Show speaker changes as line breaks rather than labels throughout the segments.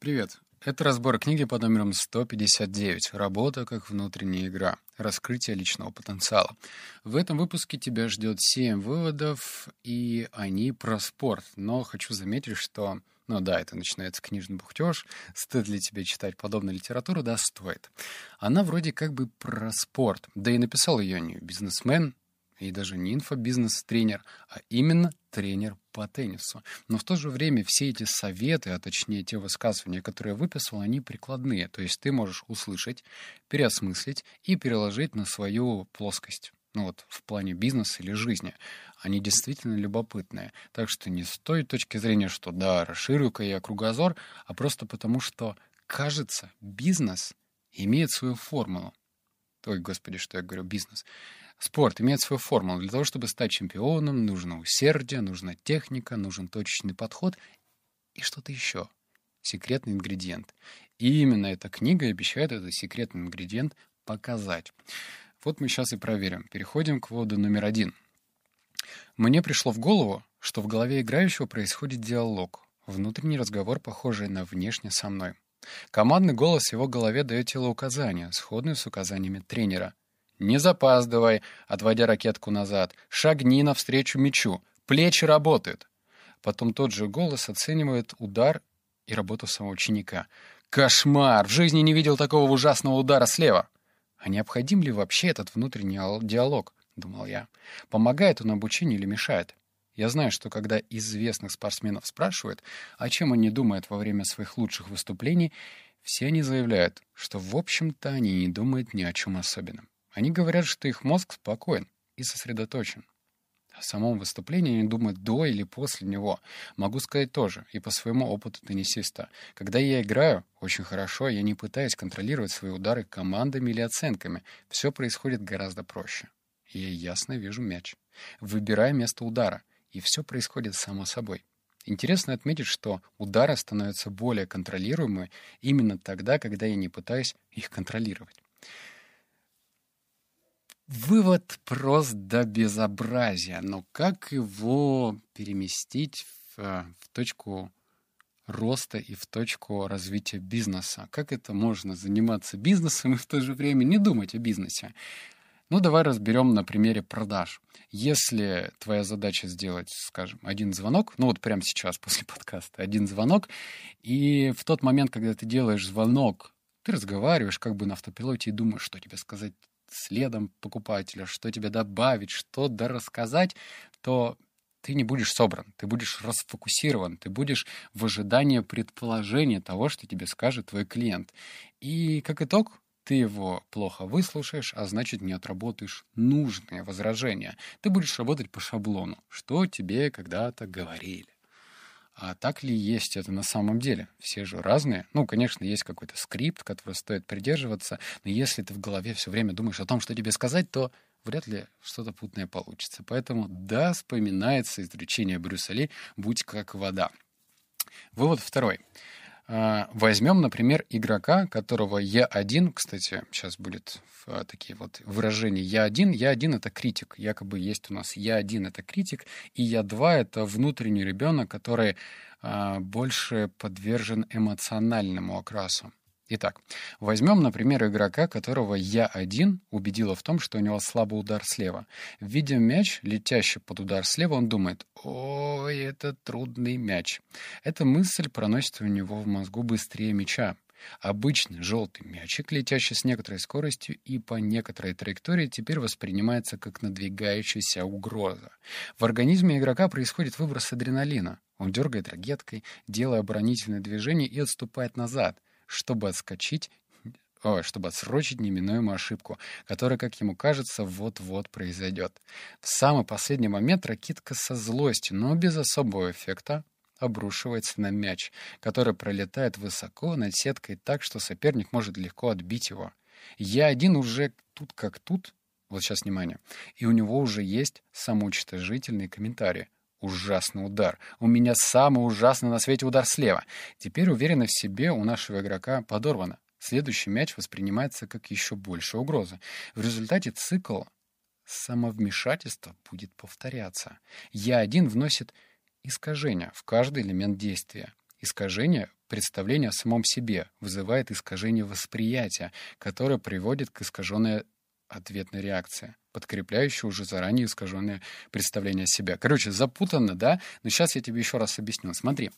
Привет. Это разбор книги под номером 159 «Работа как внутренняя игра. Раскрытие личного потенциала». В этом выпуске тебя ждет 7 выводов, и они про спорт. Но хочу заметить, что, это начинается книжный бухтеж. Стоит ли тебе читать подобную литературу? Да, стоит. Она вроде как бы про спорт. Да и написал ее не бизнесмен, и даже не инфобизнес-тренер, а именно тренер по теннису. Но в то же время все эти советы, а точнее те высказывания, которые я выписал, они прикладные. То есть ты можешь услышать, переосмыслить и переложить на свою плоскость. В плане бизнеса или жизни. Они действительно любопытные. Так что не с той точки зрения, что да, расширю-ка я кругозор, а просто потому, что, кажется, бизнес имеет свою формулу. Ой, господи, что я говорю, бизнес. Спорт имеет свою формулу. Для того, чтобы стать чемпионом, нужно усердие, нужна техника, нужен точечный подход и что-то еще. Секретный ингредиент. И именно эта книга обещает этот секретный ингредиент показать. Вот мы сейчас и проверим. Переходим к выводу номер 1. Мне пришло в голову, что в голове играющего происходит диалог. Внутренний разговор, похожий на внешне со мной. Командный голос в его голове дает телоуказания, сходные с указаниями тренера. «Не запаздывай», отводя ракетку назад. «Шагни навстречу мячу. Плечи работают». Потом тот же голос оценивает удар и работу самого ученика. «Кошмар! В жизни не видел такого ужасного удара слева!» А необходим ли вообще этот внутренний диалог, думал я. Помогает он обучению или мешает? Я знаю, что когда известных спортсменов спрашивают, о чем они думают во время своих лучших выступлений, все они заявляют, что, в общем-то, они не думают ни о чем особенном. Они говорят, что их мозг спокоен и сосредоточен. О самом выступлении они думают до или после него. Могу сказать тоже, и по своему опыту теннисиста. Когда я играю очень хорошо, я не пытаюсь контролировать свои удары командами или оценками. Все происходит гораздо проще. Я ясно вижу мяч. Выбираю место удара. И все происходит само собой. Интересно отметить, что удары становятся более контролируемыми именно тогда, когда я не пытаюсь их контролировать. Вывод прост до безобразия, но как его переместить в точку роста и в точку развития бизнеса? Как это можно заниматься бизнесом и в то же время не думать о бизнесе? Давай разберем на примере продаж. Если твоя задача сделать, скажем, один звонок, прямо сейчас после подкаста, один звонок, и в тот момент, когда ты делаешь звонок, ты разговариваешь как бы на автопилоте и думаешь, что тебе сказать следом покупателя, что тебе добавить, что дорассказать, то ты не будешь собран, ты будешь расфокусирован, ты будешь в ожидании предположения того, что тебе скажет твой клиент. И как итог, ты его плохо выслушаешь, а значит, не отработаешь нужные возражения. Ты будешь работать по шаблону, что тебе когда-то говорили. А так ли есть это на самом деле? Все же разные. Конечно, есть какой-то скрипт, которого стоит придерживаться, но если ты в голове все время думаешь о том, что тебе сказать, то вряд ли что-то путное получится. Поэтому, да, вспоминается изречение Брюса Ли «Будь как вода». Вывод 2. Возьмем, например, игрока, которого Я-1, кстати, сейчас будет такие вот выражения Я-1. Я-1 — это критик. Якобы есть у нас Я-1 — это критик, и Я-2 — это внутренний ребенок, который больше подвержен эмоциональному окрасу. Итак, возьмем, например, игрока, которого Я-1 убедила в том, что у него слабый удар слева. Видя мяч, летящий под удар слева, он думает: «Ой, это трудный мяч». Эта мысль проносится у него в мозгу быстрее мяча. Обычный желтый мячик, летящий с некоторой скоростью и по некоторой траектории, теперь воспринимается как надвигающаяся угроза. В организме игрока происходит выброс адреналина. Он дергает ракеткой, делая оборонительные движения и отступает назад, чтобы отсрочить неминуемую ошибку, которая, как ему кажется, вот-вот произойдет. В самый последний момент ракетка со злостью, но без особого эффекта, обрушивается на мяч, который пролетает высоко над сеткой так, что соперник может легко отбить его. Я-1 уже тут как тут, вот сейчас внимание, и у него уже есть самоуничтожительные комментарии. Ужасный удар. У меня самый ужасный на свете удар слева. Теперь уверенность в себе у нашего игрока подорвана. Следующий мяч воспринимается как еще большая угроза. В результате цикл самовмешательства будет повторяться. Я-1 вносит искажения в каждый элемент действия. Искажение представления о самом себе вызывает искажение восприятия, которое приводит к искаженной ответной реакции, подкрепляющей уже заранее искаженное представление о себе. Короче, запутанно, да? Но сейчас я тебе еще раз объясню. Смотри.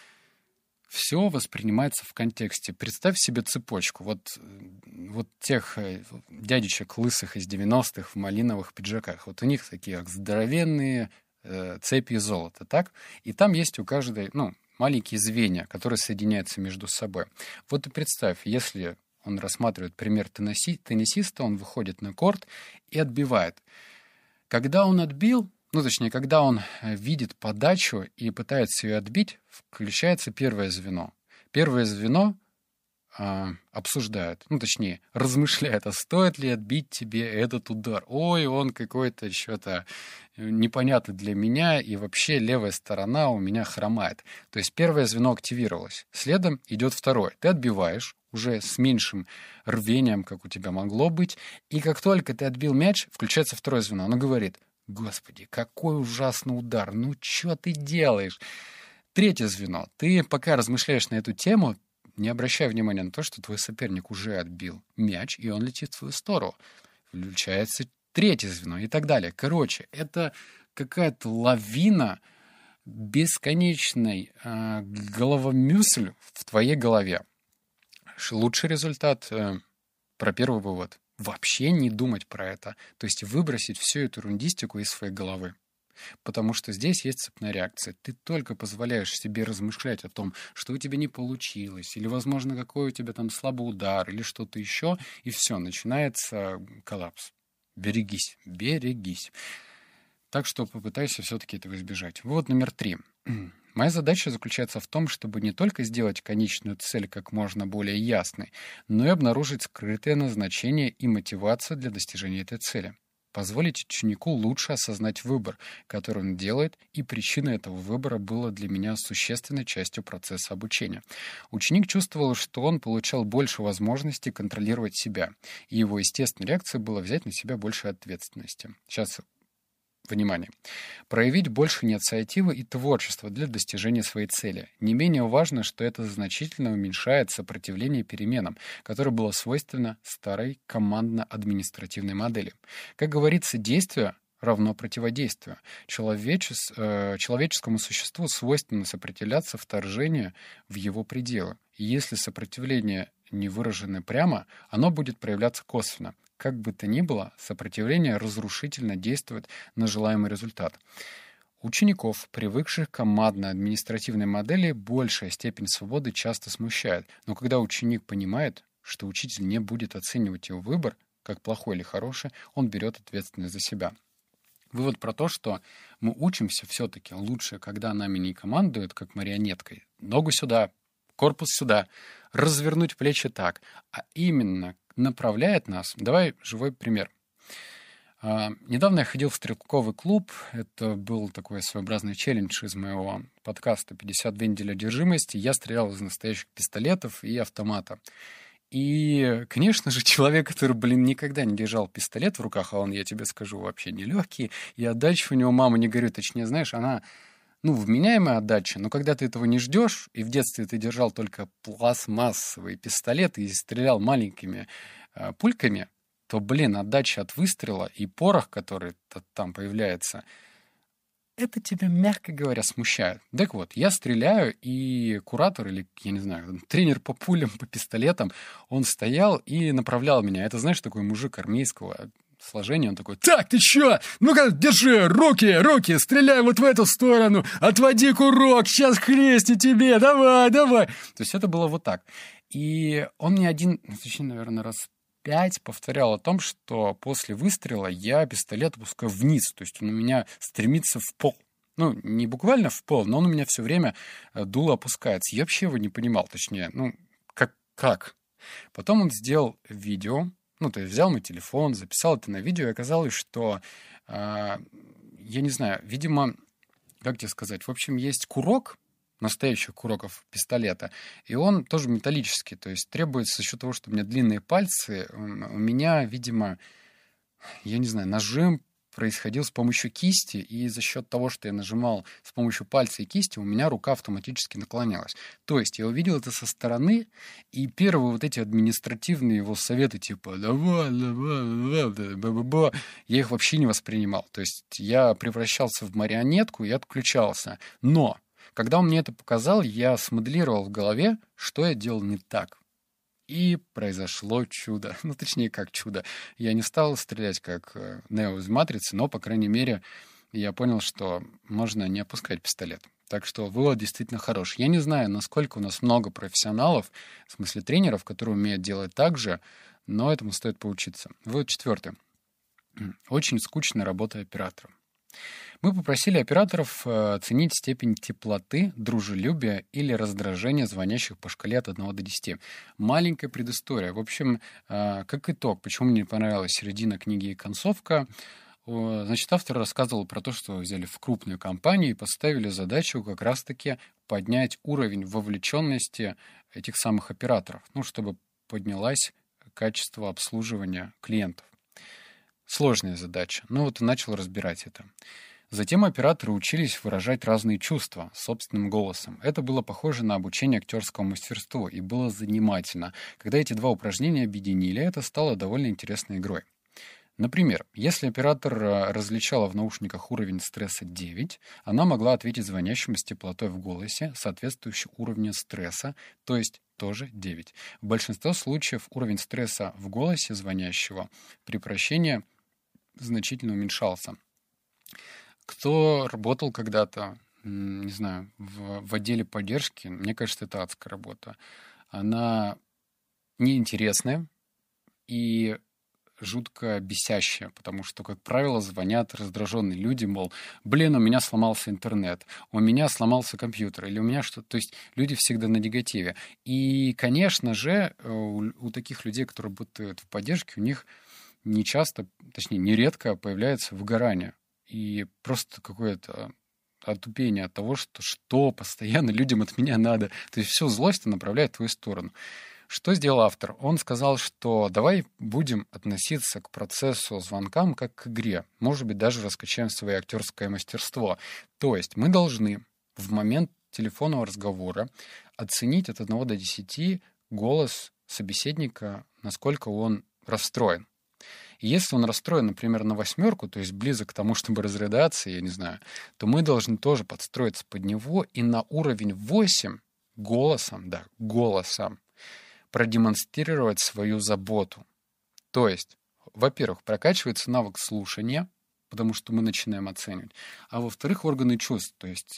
Все воспринимается в контексте. Представь себе цепочку. Вот тех дядечек лысых из 90-х в малиновых пиджаках. Вот у них такие здоровенные цепи золота, так? И там есть у каждой, маленькие звенья, которые соединяются между собой. Вот и представь, если он рассматривает пример теннисиста, он выходит на корт и отбивает. Когда он отбил, когда он видит подачу и пытается ее отбить, включается первое звено. Первое звено обсуждает, размышляет, а стоит ли отбить тебе этот удар. Ой, он какой-то что-то непонятный для меня, и вообще левая сторона у меня хромает. То есть первое звено активировалось. Следом идет второе. Ты отбиваешь уже с меньшим рвением, как у тебя могло быть, и как только ты отбил мяч, включается второе звено. Оно говорит: «Господи, какой ужасный удар! Ну, что ты делаешь?» Третье звено. Ты пока размышляешь на эту тему, не обращай внимания на то, что твой соперник уже отбил мяч, и он летит в твою сторону. Включается третье звено и так далее. Короче, это какая-то лавина бесконечной головомюсль в твоей голове. Лучший результат про первый вывод. Вообще не думать про это. То есть выбросить всю эту рундистику из своей головы. Потому что здесь есть цепная реакция. Ты только позволяешь себе размышлять о том, что у тебя не получилось, или, возможно, какой у тебя там слабый удар, или что-то еще, и все, начинается коллапс. Берегись, берегись. Так что попытайся все-таки этого избежать. Вывод номер 3. Моя задача заключается в том, чтобы не только сделать конечную цель как можно более ясной, но и обнаружить скрытое назначение и мотивацию для достижения этой цели. Позволить ученику лучше осознать выбор, который он делает, и причина этого выбора была для меня существенной частью процесса обучения. Ученик чувствовал, что он получал больше возможностей контролировать себя, и его естественной реакцией было взять на себя больше ответственности. Сейчас внимание. Проявить больше инициативы и творчества для достижения своей цели. Не менее важно, что это значительно уменьшает сопротивление переменам, которое было свойственно старой командно-административной модели. Как говорится, действие равно противодействию. Человеческому существу свойственно сопротивляться вторжению в его пределы. И если сопротивление не выражено прямо, оно будет проявляться косвенно. Как бы то ни было, сопротивление разрушительно действует на желаемый результат. Учеников, привыкших к командно-административной модели, большая степень свободы часто смущает. Но когда ученик понимает, что учитель не будет оценивать его выбор, как плохой или хороший, он берет ответственность за себя. Вывод про то, что мы учимся все-таки лучше, когда нами не командуют, как марионеткой. Ногу сюда, корпус сюда, развернуть плечи так, а именно направляет нас. Давай живой пример. Недавно я ходил в стрелковый клуб. Это был такой своеобразный челлендж из моего подкаста «52 недели одержимости». Я стрелял из настоящих пистолетов и автомата. И, конечно же, человек, который, никогда не держал пистолет в руках, а он, я тебе скажу, вообще не легкий, и отдача у него, мама не горюй, точнее, знаешь, она вменяемая отдача, но когда ты этого не ждешь, и в детстве ты держал только пластмассовые пистолеты и стрелял маленькими пульками, то, отдача от выстрела и порох, который там появляется, это тебя, мягко говоря, смущает. Так вот, я стреляю, и куратор или, я не знаю, тренер по пулям, по пистолетам, он стоял и направлял меня. Это, знаешь, такой мужик армейского сложения, он такой: «Так, ты чё? Ну-ка, держи, руки, стреляй вот в эту сторону, отводи курок, сейчас хлестни тебе, давай». То есть это было вот так. И он мне наверное, раз 5 повторял о том, что после выстрела я пистолет опускаю вниз, то есть он у меня стремится в пол. Не буквально в пол, но он у меня все время дуло опускается. Я вообще его не понимал, точнее, как? Потом он сделал видео, то есть взял мой телефон, записал это на видео, и оказалось, что, я не знаю, видимо, как тебе сказать, в общем, есть курок, настоящих куроков пистолета, и он тоже металлический, то есть требуется за счет того, что у меня длинные пальцы, у меня, видимо, я не знаю, нажим происходил с помощью кисти, и за счет того, что я нажимал с помощью пальца и кисти, у меня рука автоматически наклонялась. То есть я увидел это со стороны, и первые вот эти административные его советы, типа «давай, давай, давай, ба-ба-ба», я их вообще не воспринимал. То есть я превращался в марионетку и отключался. Но когда он мне это показал, я смоделировал в голове, что я делал не так. И произошло чудо. Ну, точнее, как чудо. Я не стал стрелять, как Нео из «Матрицы», но, по крайней мере, я понял, что можно не опускать пистолет. Так что вывод действительно хороший. Я не знаю, насколько у нас много профессионалов, в смысле тренеров, которые умеют делать так же, но этому стоит поучиться. Вывод 4. Очень скучная работа оператора. Мы попросили операторов оценить степень теплоты, дружелюбия или раздражения звонящих по шкале от 1 до 10. Маленькая предыстория. В общем, как итог, почему мне понравилась середина книги и концовка. Значит, автор рассказывал про то, что взяли в крупную компанию и поставили задачу как раз-таки поднять уровень вовлеченности этих самых операторов, ну, чтобы поднялось качество обслуживания клиентов. Сложная задача. Ну вот и начал разбирать это. Затем операторы учились выражать разные чувства собственным голосом. Это было похоже на обучение актерскому мастерству и было занимательно. Когда эти два упражнения объединили, это стало довольно интересной игрой. Например, если оператор различала в наушниках уровень стресса 9, она могла ответить звонящему с теплотой в голосе, соответствующей уровню стресса, то есть тоже 9. В большинстве случаев уровень стресса в голосе звонящего при прощении значительно уменьшался. Кто работал когда-то, не знаю, в отделе поддержки, мне кажется, это адская работа. Она неинтересная и жутко бесящая, потому что, как правило, звонят раздраженные люди, мол, блин, у меня сломался интернет, у меня сломался компьютер, или у меня что-то... То есть люди всегда на негативе. И, конечно же, у таких людей, которые работают в поддержке, у них не часто, точнее, нередко появляется выгорание. И просто какое-то отупение от того, что постоянно людям от меня надо. То есть всю злость направляет в твою сторону. Что сделал автор? Он сказал, что давай будем относиться к процессу звонкам как к игре. Может быть, даже раскачаем свое актерское мастерство. То есть мы должны в момент телефонного разговора оценить от 1 до 10 голос собеседника, насколько он расстроен. И если он расстроен, например, на 8, то есть близок к тому, чтобы разрыдаться, я не знаю, то мы должны тоже подстроиться под него и на уровень 8 голосом продемонстрировать свою заботу. То есть, во-первых, прокачивается навык слушания, потому что мы начинаем оценивать. А во-вторых, органы чувств. То есть,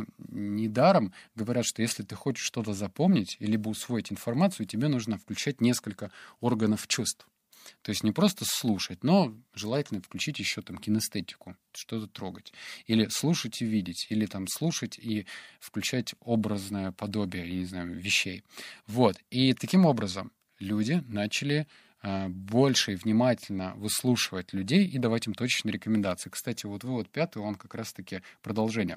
недаром говорят, что если ты хочешь что-то запомнить, либо усвоить информацию, тебе нужно включать несколько органов чувств. То есть не просто слушать, но желательно включить еще там кинестетику, что-то трогать. Или слушать и видеть, или там слушать и включать образное подобие, я не знаю, вещей. Вот. И таким образом люди начали больше и внимательно выслушивать людей и давать им точечные рекомендации. Кстати, вот вывод 5, он как раз-таки продолжение.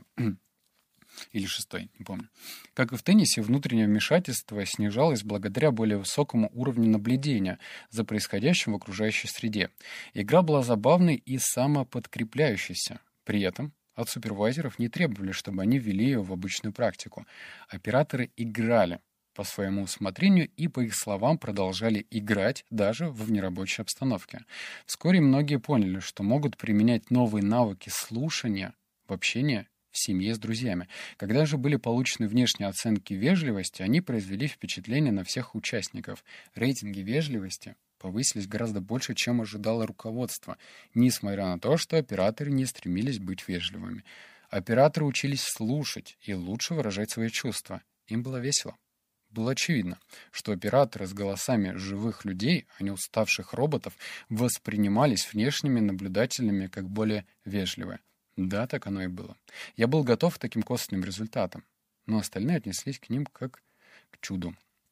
Или 6, не помню. Как и в теннисе, внутреннее вмешательство снижалось благодаря более высокому уровню наблюдения за происходящим в окружающей среде. Игра была забавной и самоподкрепляющейся. При этом от супервайзеров не требовали, чтобы они ввели ее в обычную практику. Операторы играли по своему усмотрению и, по их словам, продолжали играть даже в нерабочей обстановке. Вскоре многие поняли, что могут применять новые навыки слушания в общении в семье с друзьями. Когда же были получены внешние оценки вежливости, они произвели впечатление на всех участников. Рейтинги вежливости повысились гораздо больше, чем ожидало руководство, несмотря на то, что операторы не стремились быть вежливыми. Операторы учились слушать и лучше выражать свои чувства. Им было весело. Было очевидно, что операторы с голосами живых людей, а не уставших роботов, воспринимались внешними наблюдателями как более вежливые. Да, так оно и было. Я был готов к таким косвенным результатам, но остальные отнеслись к ним как к чуду.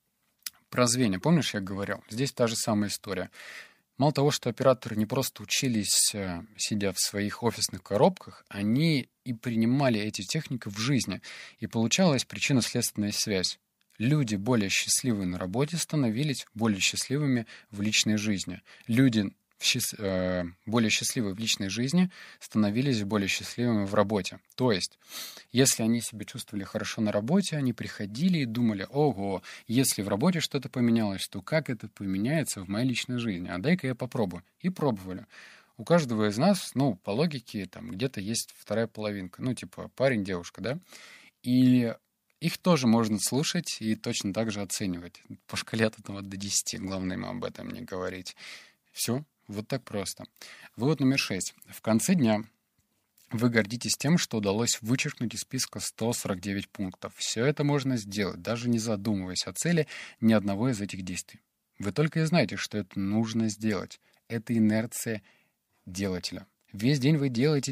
Про звенья, помнишь, я говорил? Здесь та же самая история. Мало того, что операторы не просто учились, сидя в своих офисных коробках, они и принимали эти техники в жизни, и получалась причинно-следственная связь. Люди, более счастливые на работе, становились более счастливыми в личной жизни. Люди в более счастливы в личной жизни, становились более счастливыми в работе. То есть, если они себя чувствовали хорошо на работе, они приходили и думали: ого, если в работе что-то поменялось, то как это поменяется в моей личной жизни? А дай-ка я попробую. И пробовали. У каждого из нас, ну, по логике, там где-то есть вторая половинка. Ну, типа парень, девушка, да? И их тоже можно слушать и точно так же оценивать. По шкале от 1 до 10. Главное им об этом не говорить. Все, вот так просто. Вывод номер 6. В конце дня вы гордитесь тем, что удалось вычеркнуть из списка 149 пунктов. Все это можно сделать, даже не задумываясь о цели ни одного из этих действий. Вы только и знаете, что это нужно сделать. Это инерция делателя. Весь день вы делаете,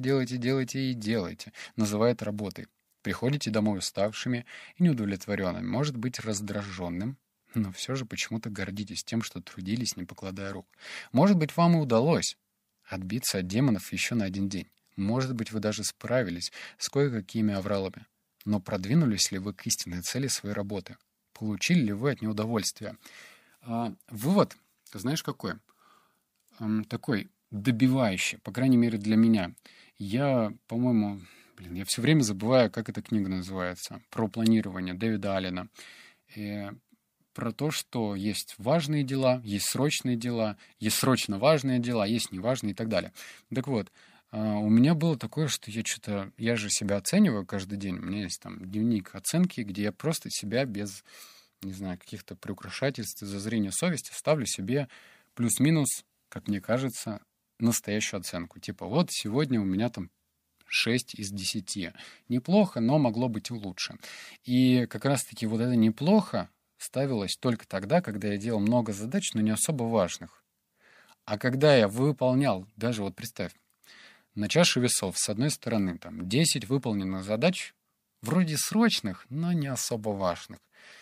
и делаете, называя это работой. Приходите домой уставшими и неудовлетворенными, может быть, раздраженным, но все же почему-то гордитесь тем, что трудились, не покладая рук. Может быть, вам и удалось отбиться от демонов еще на 1 день. Может быть, вы даже справились с кое-какими авралами. Но продвинулись ли вы к истинной цели своей работы? Получили ли вы от нее удовольствие? Вывод, ты знаешь, какой? Такой добивающий, по крайней мере, для меня. Я, по-моему, я все время забываю, как эта книга называется. Про планирование Дэвида Аллена. И про то, что есть важные дела, есть срочные дела, есть срочно важные дела, есть неважные и так далее. Так вот, у меня было такое, что я же себя оцениваю каждый день. У меня есть там дневник оценки, где я просто себя без, не знаю, каких-то приукрашательств, зазрения совести ставлю себе плюс-минус, как мне кажется, настоящую оценку. Типа вот сегодня у меня там 6 из 10. Неплохо, но могло быть и лучше. И как раз-таки вот это неплохо ставилось только тогда, когда я делал много задач, но не особо важных. А когда я выполнял, даже вот представь, на чаше весов с одной стороны там 10 выполненных задач, вроде срочных, но не особо важных.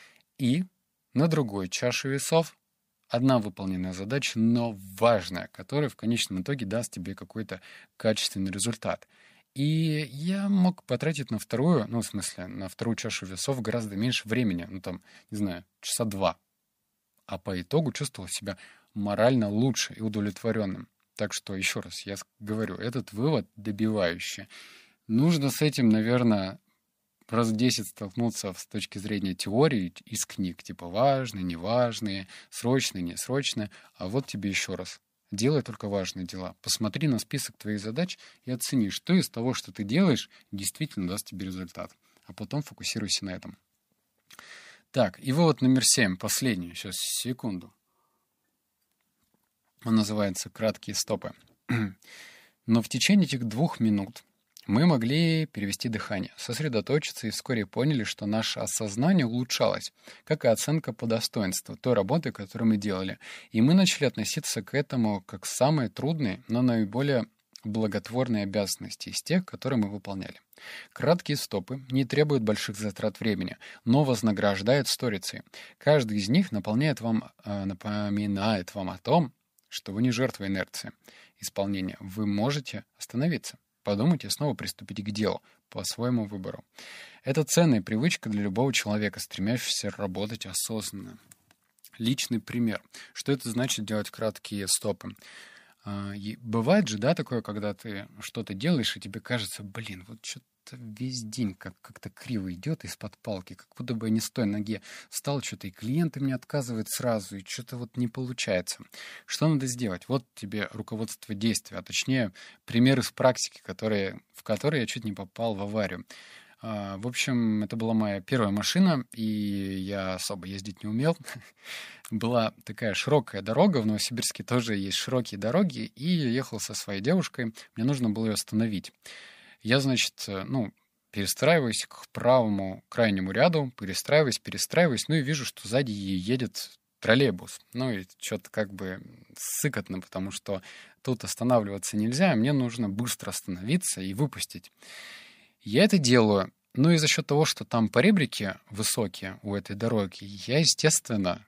И на другой чаше весов 1 выполненная задача, но важная, которая в конечном итоге даст тебе какой-то качественный результат. И я мог потратить на вторую, ну, в смысле, на вторую чашу весов гораздо меньше времени, ну, там, не знаю, часа 2. А по итогу чувствовал себя морально лучше и удовлетворенным. Так что, еще раз, я говорю, этот вывод добивающий. Нужно с этим, наверное, раз 10 столкнуться с точки зрения теории из книг, типа важные, неважные, срочные, несрочные. А вот тебе еще раз. Делай только важные дела. Посмотри на список твоих задач и оцени, что из того, что ты делаешь, действительно даст тебе результат. А потом фокусируйся на этом. Так, и вывод номер 7, последний. Сейчас, секунду. Он называется «Краткие стопы». Но в течение этих 2 минут мы могли перевести дыхание, сосредоточиться и вскоре поняли, что наше осознание улучшалось, как и оценка по достоинству той работы, которую мы делали. И мы начали относиться к этому как к самой трудной, но наиболее благотворной обязанности из тех, которые мы выполняли. Краткие стопы не требуют больших затрат времени, но вознаграждают сторицей. Каждый из них напоминает вам о том, что вы не жертва инерции исполнения. Вы можете остановиться. Подумать и снова приступить к делу по своему выбору. Это ценная привычка для любого человека, стремящегося работать осознанно. Личный пример. Что это значит делать краткие стопы? Бывает же, да, такое, когда ты что-то делаешь, и тебе кажется, вот что-то весь день как-то криво идет из-под палки, как будто бы я не с той ноге встал, что-то и клиенты мне отказывают сразу, и что-то вот не получается. Что надо сделать? Вот тебе руководство действия, а точнее пример из практики, в которой я чуть не попал в аварию. В общем, это была моя первая машина, и я особо ездить не умел. Была такая широкая дорога, в Новосибирске тоже есть широкие дороги, и я ехал со своей девушкой, мне нужно было ее остановить. Я, значит, перестраиваюсь к правому крайнему ряду, перестраиваюсь, ну и вижу, что сзади едет троллейбус. Ну и что-то как бы сыкотно, потому что тут останавливаться нельзя, а мне нужно быстро остановиться и выпустить. Я это делаю, ну и за счет того, что там поребрики высокие у этой дороги, я, естественно,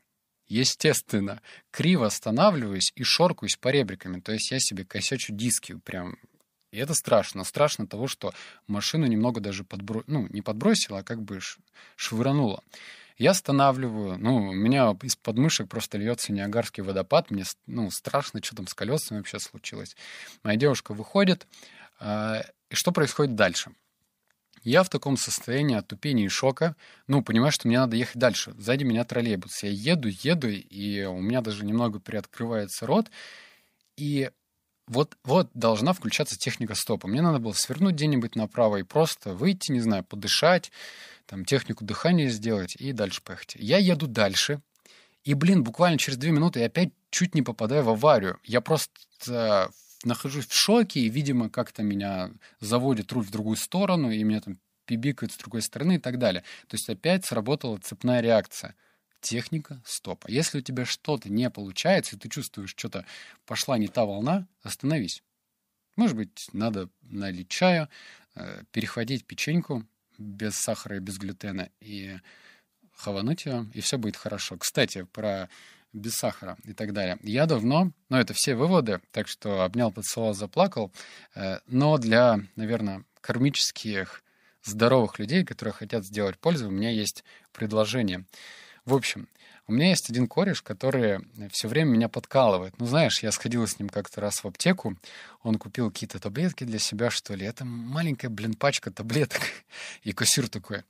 криво останавливаюсь и шоркаюсь поребриками. То есть я себе косячу диски прям. И это страшно. Страшно того, что машину немного даже не подбросило, а как бы швырнуло. Я останавливаю, у меня из подмышек просто льется Ниагарский водопад, мне, страшно, что там с колесами вообще случилось. Моя девушка выходит, и что происходит дальше? Я в таком состоянии отупения и шока, понимаю, что мне надо ехать дальше. Сзади меня троллейбус. Я еду, и у меня даже немного приоткрывается рот, и вот должна включаться техника стопа. Мне надо было свернуть где-нибудь направо и просто выйти, не знаю, подышать, там, технику дыхания сделать и дальше поехать. Я еду дальше, и, буквально через 2 минуты я опять чуть не попадаю в аварию. Я просто нахожусь в шоке, и, видимо, как-то меня заводит руль в другую сторону, и меня там пибикают с другой стороны и так далее. То есть опять сработала цепная реакция. Техника стопа. Если у тебя что-то не получается, и ты чувствуешь, что-то пошла не та волна, остановись. Может быть, надо налить чая, перехватить печеньку без сахара и без глютена и хавануть ее, и все будет хорошо. Кстати, про без сахара и так далее. Я давно, это все выводы, так что обнял, поцеловал, заплакал, но для, наверное, кармических здоровых людей, которые хотят сделать пользу, у меня есть предложение. В общем, у меня есть один кореш, который все время меня подкалывает. Знаешь, я сходил с ним как-то раз в аптеку, он купил какие-то таблетки для себя, что ли. Это маленькая, пачка таблеток. И кассир такой,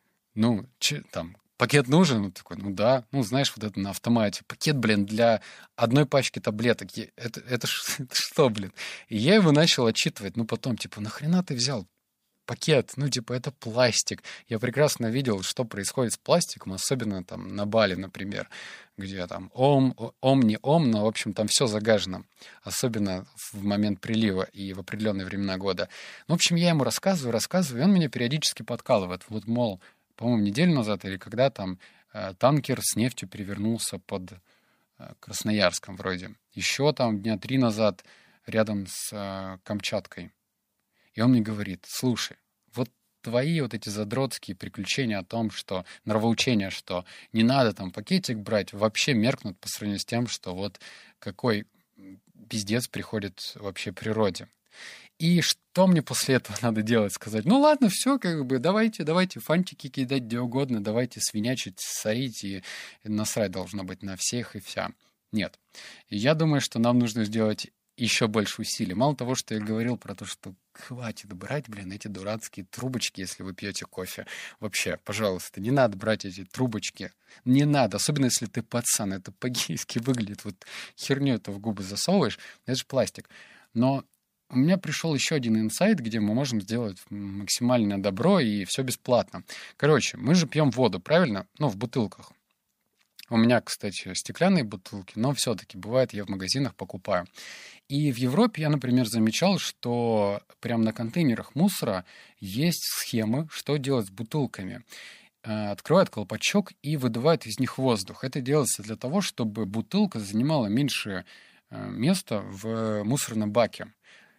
пакет нужен? Он такой, да. Знаешь, вот это на автомате. Пакет, для одной пачки таблеток. Это что, блин? И я его начал отчитывать. Потом, нахрена ты взял пакет? Это пластик. Я прекрасно видел, что происходит с пластиком, особенно там на Бали, например, где там не ом, но, в общем, там все загажено. Особенно в момент прилива и в определенные времена года. В общем, я ему рассказываю, и он меня периодически подкалывает. Вот, мол, по-моему, неделю назад или когда там танкер с нефтью перевернулся под Красноярском вроде. Еще там 3 дня назад рядом с Камчаткой. И он мне говорит, слушай, вот твои вот эти задротские приключения о том, что нравоучения, что не надо там пакетик брать, вообще меркнут по сравнению с тем, что вот какой пиздец приходит вообще природе. И что мне после этого надо делать? Сказать, ладно, все, давайте фантики кидать где угодно, давайте свинячить, сорить, и насрать должно быть на всех и вся. Нет. И я думаю, что нам нужно сделать еще больше усилий. Мало того, что я говорил про то, что хватит брать, эти дурацкие трубочки, если вы пьете кофе. Вообще, пожалуйста, не надо брать эти трубочки. Не надо, особенно если ты пацан. Это по-гейски выглядит. Вот херню это в губы засовываешь, это же пластик. Но у меня пришел еще один инсайт, где мы можем сделать максимальное добро и все бесплатно. Короче, мы же пьем воду, правильно? В бутылках. У меня, кстати, стеклянные бутылки, но все-таки бывает, я в магазинах покупаю. И в Европе я, например, замечал, что прямо на контейнерах мусора есть схемы, что делать с бутылками. Открывают колпачок и выдувают из них воздух. Это делается для того, чтобы бутылка занимала меньше места в мусорном баке.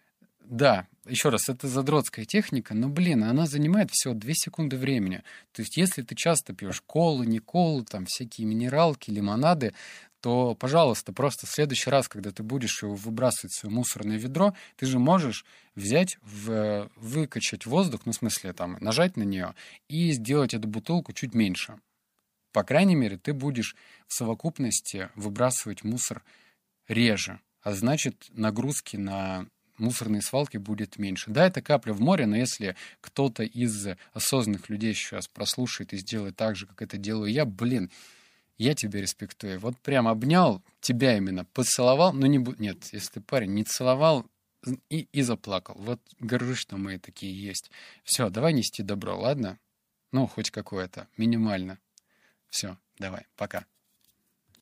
Да, еще раз, это задротская техника, но, она занимает всего 2 секунды времени. То есть, если ты часто пьешь колу, не колу, там всякие минералки, лимонады, то, пожалуйста, просто в следующий раз, когда ты будешь его выбрасывать в свое мусорное ведро, ты же можешь взять, выкачать воздух, в смысле, там, нажать на нее и сделать эту бутылку чуть меньше. По крайней мере, ты будешь в совокупности выбрасывать мусор реже, а значит, нагрузки на мусорные свалки будет меньше. Да, это капля в море, но если кто-то из осознанных людей сейчас прослушает и сделает так же, как это делаю я, я тебя респектую. Вот прям обнял тебя именно, поцеловал, но нет, если ты парень не целовал и заплакал. Вот горжусь, что мы такие есть. Все, давай нести добро, ладно? Хоть какое-то, минимально. Все, давай, пока.